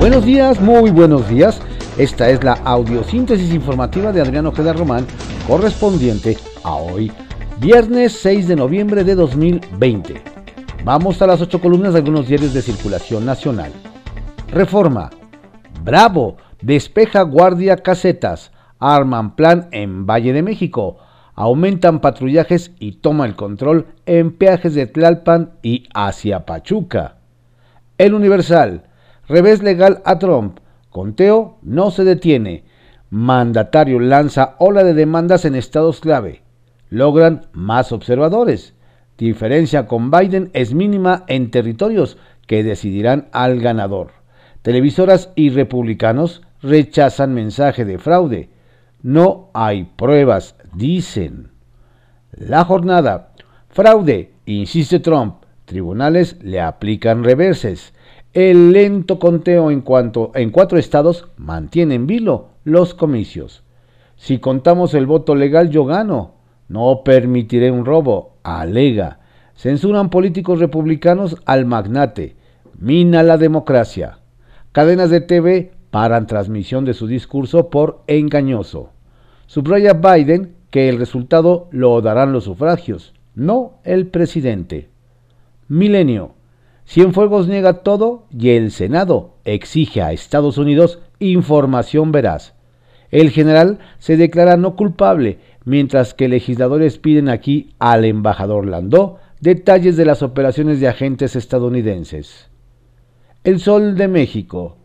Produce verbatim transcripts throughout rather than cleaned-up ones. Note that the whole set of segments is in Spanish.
Buenos días, muy buenos días. Esta es la audiosíntesis informativa de Adrián Ojeda Román, correspondiente a hoy, viernes seis de noviembre de dos mil veinte. Vamos a las ocho columnas de algunos diarios de circulación nacional. Reforma. Bravo, despeja guardia casetas. Arman plan en Valle de México. Aumentan patrullajes y toma el control en peajes de Tlalpan y hacia Pachuca. El Universal. Revés legal a Trump. Conteo no se detiene. Mandatario lanza ola de demandas en estados clave. Logran más observadores. Diferencia con Biden es mínima en territorios que decidirán al ganador. Televisoras y republicanos rechazan mensaje de fraude. No hay pruebas, dicen. La Jornada. Fraude, insiste Trump. Tribunales le aplican reverses. El lento conteo en cuanto en cuatro estados mantiene en vilo los comicios. Si contamos el voto legal, yo gano. No permitiré un robo, alega. Censuran políticos republicanos al magnate. Mina la democracia. Cadenas de T V paran transmisión de su discurso por engañoso. Subraya Biden que el resultado lo darán los sufragios, no el presidente. Milenio. Cienfuegos niega todo y el Senado exige a Estados Unidos información veraz. El general se declara no culpable, mientras que legisladores piden aquí al embajador Landó detalles de las operaciones de agentes estadounidenses. El Sol de México.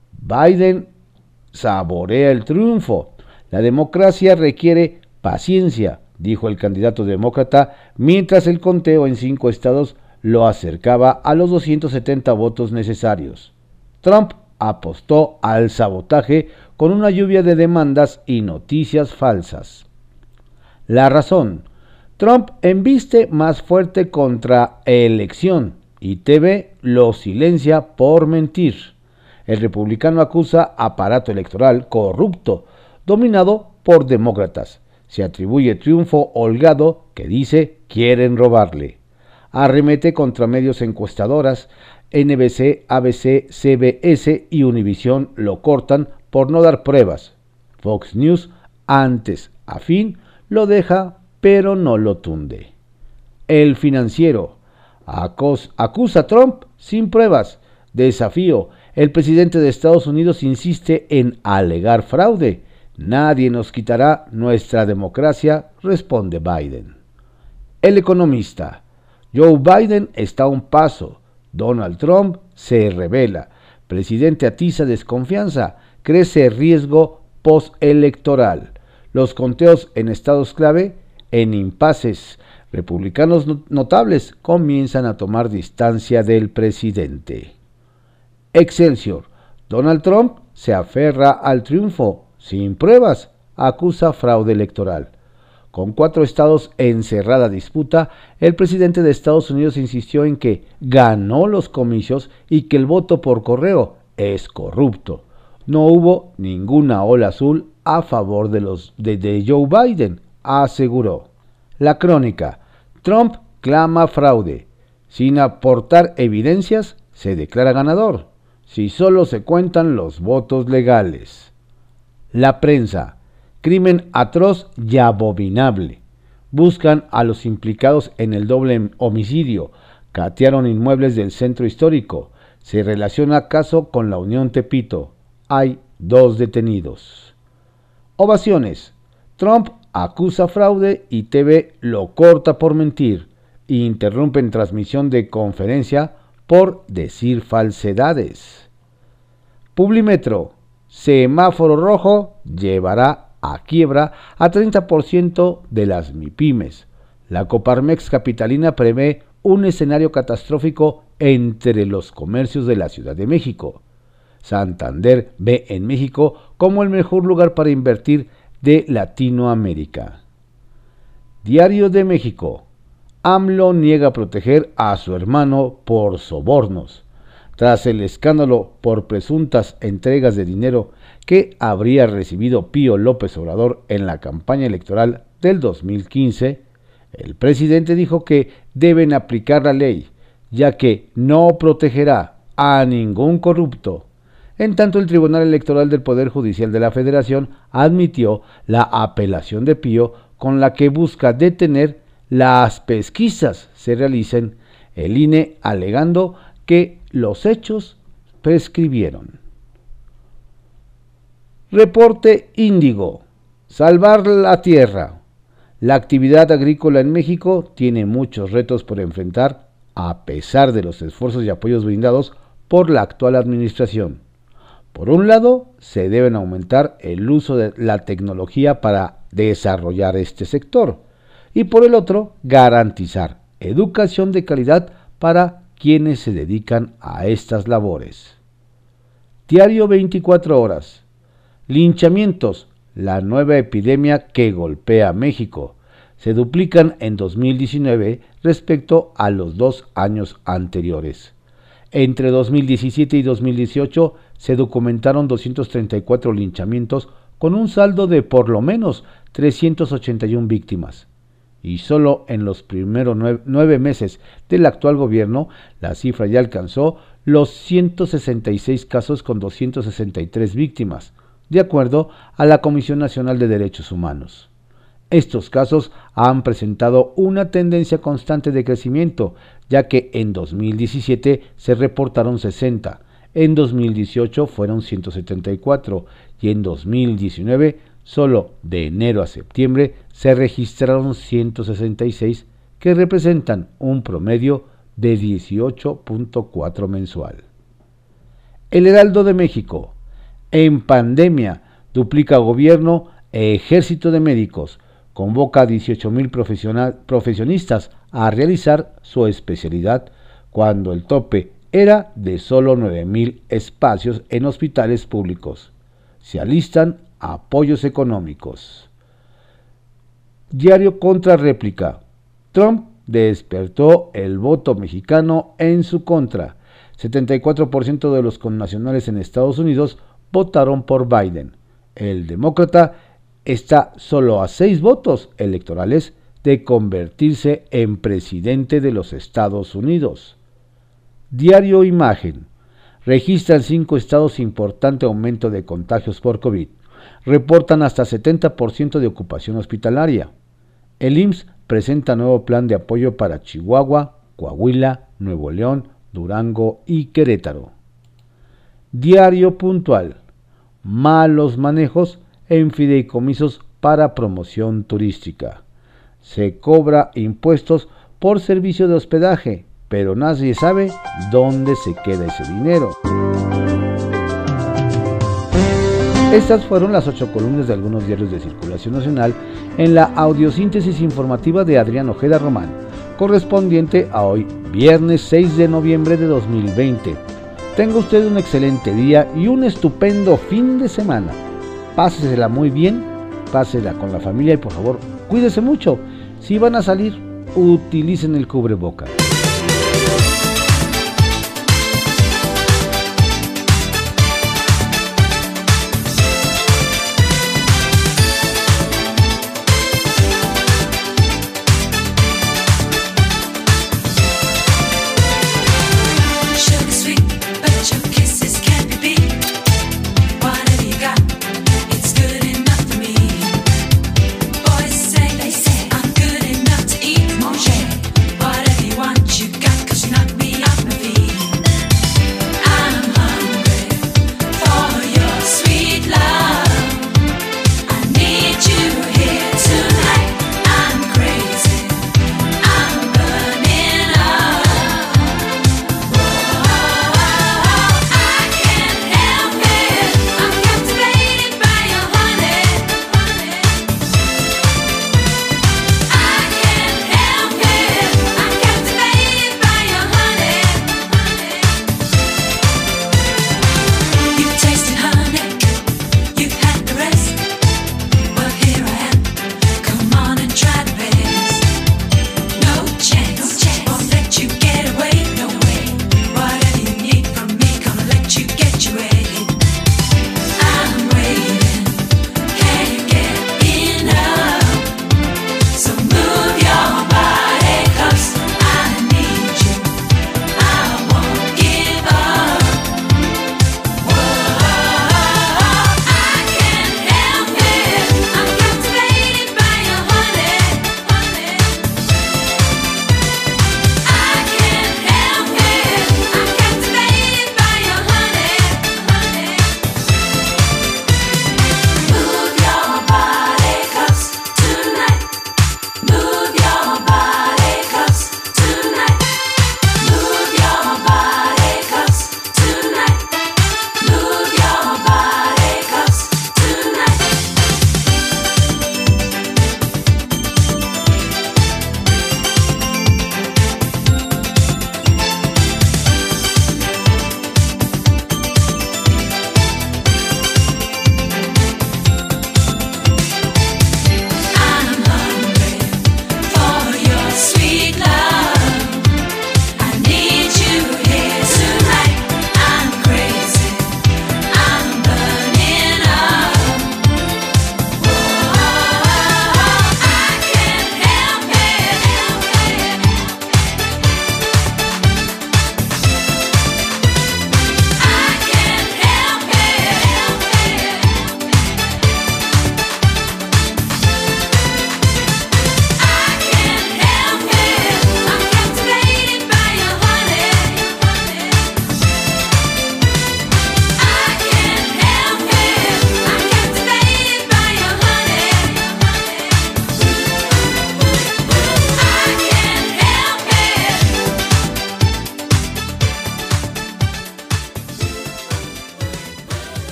Biden saborea el triunfo. La democracia requiere paciencia, dijo el candidato demócrata, mientras el conteo en cinco estados lo acercaba a los doscientos setenta votos necesarios. Trump apostó al sabotaje con una lluvia de demandas y noticias falsas. La Razón. Trump embiste más fuerte contra elección y T V lo silencia por mentir. El republicano acusa aparato electoral corrupto, dominado por demócratas. Se atribuye triunfo holgado que dice quieren robarle. Arremete contra medios encuestadoras. N B C, A B C, C B S y Univisión lo cortan por no dar pruebas. Fox News, antes a fin, lo deja pero no lo tunde. El Financiero. Acus- acusa a Trump sin pruebas. Desafío. El presidente de Estados Unidos insiste en alegar fraude. Nadie nos quitará nuestra democracia, responde Biden. El Economista. Joe Biden está a un paso. Donald Trump se revela. Presidente atiza desconfianza. Crece riesgo postelectoral. Los conteos en estados clave en impases. Republicanos notables comienzan a tomar distancia del presidente. Excelsior. Donald Trump se aferra al triunfo. Sin pruebas, acusa fraude electoral. Con cuatro estados en cerrada disputa, el presidente de Estados Unidos insistió en que ganó los comicios y que el voto por correo es corrupto. No hubo ninguna ola azul a favor de, los, de, de Joe Biden, aseguró. La Crónica. Trump clama fraude. Sin aportar evidencias, se declara ganador. Si solo se cuentan los votos legales. La Prensa. Crimen atroz y abominable. Buscan a los implicados en el doble homicidio. Catearon inmuebles del centro histórico. Se relaciona caso con la Unión Tepito. Hay dos detenidos. Ovaciones. Trump acusa fraude y T V lo corta por mentir. Interrumpen transmisión de conferencia por decir falsedades. Publimetro. Semáforo rojo llevará a quiebra a treinta por ciento de las MIPYMES. La Coparmex capitalina prevé un escenario catastrófico entre los comercios de la Ciudad de México. Santander ve en México como el mejor lugar para invertir de Latinoamérica. Diario de México. AMLO niega proteger a su hermano por sobornos. Tras el escándalo por presuntas entregas de dinero que habría recibido Pío López Obrador en la campaña electoral del dos mil quince, el presidente dijo que deben aplicar la ley, ya que no protegerá a ningún corrupto. En tanto, el Tribunal Electoral del Poder Judicial de la Federación admitió la apelación de Pío con la que busca detener las pesquisas se realicen, el I N E alegando que los hechos prescribieron. Reporte Índigo. Salvar la tierra. La actividad agrícola en México tiene muchos retos por enfrentar, a pesar de los esfuerzos y apoyos brindados por la actual administración. Por un lado, se deben aumentar el uso de la tecnología para desarrollar este sector, y por el otro, garantizar educación de calidad para quienes se dedican a estas labores. Diario veinticuatro horas. Linchamientos, la nueva epidemia que golpea a México. Se duplican en dos mil diecinueve respecto a los dos años anteriores. Entre dos mil diecisiete y dos mil dieciocho se documentaron doscientos treinta y cuatro linchamientos con un saldo de por lo menos trescientas ochenta y una víctimas. Y solo en los primeros nueve, nueve meses del actual gobierno, la cifra ya alcanzó los ciento sesenta y seis casos con doscientas sesenta y tres víctimas, de acuerdo a la Comisión Nacional de Derechos Humanos. Estos casos han presentado una tendencia constante de crecimiento, ya que en dos mil diecisiete se reportaron sesenta, en dos mil dieciocho fueron ciento setenta y cuatro y en dos mil diecinueve, solo de enero a septiembre, se registraron ciento sesenta y seis, que representan un promedio de dieciocho punto cuatro mensual. El Heraldo de México. En pandemia, duplica gobierno e ejército de médicos. Convoca a dieciocho mil profesionistas a realizar su especialidad, cuando el tope era de solo nueve mil espacios en hospitales públicos. Se alistan apoyos económicos. Diario contra réplica. Trump despertó el voto mexicano en su contra. setenta y cuatro por ciento de los connacionales en Estados Unidos votaron por Biden. El demócrata está solo a seis votos electorales de convertirse en presidente de los Estados Unidos. Diario Imagen. Registran cinco estados importante aumento de contagios por COVID. Reportan hasta setenta por ciento de ocupación hospitalaria. El I M S S presenta nuevo plan de apoyo para Chihuahua, Coahuila, Nuevo León, Durango y Querétaro. Diario Puntual. Malos manejos en fideicomisos para promoción turística. Se cobra impuestos por servicio de hospedaje, pero nadie sabe dónde se queda ese dinero. Estas fueron las ocho columnas de algunos diarios de circulación nacional en la audiosíntesis informativa de Adrián Ojeda Román, correspondiente a hoy, viernes seis de noviembre de dos mil veinte. Tenga usted un excelente día y un estupendo fin de semana. Pásesela muy bien, pásela con la familia y por favor, cuídese mucho. Si van a salir, utilicen el cubrebocas.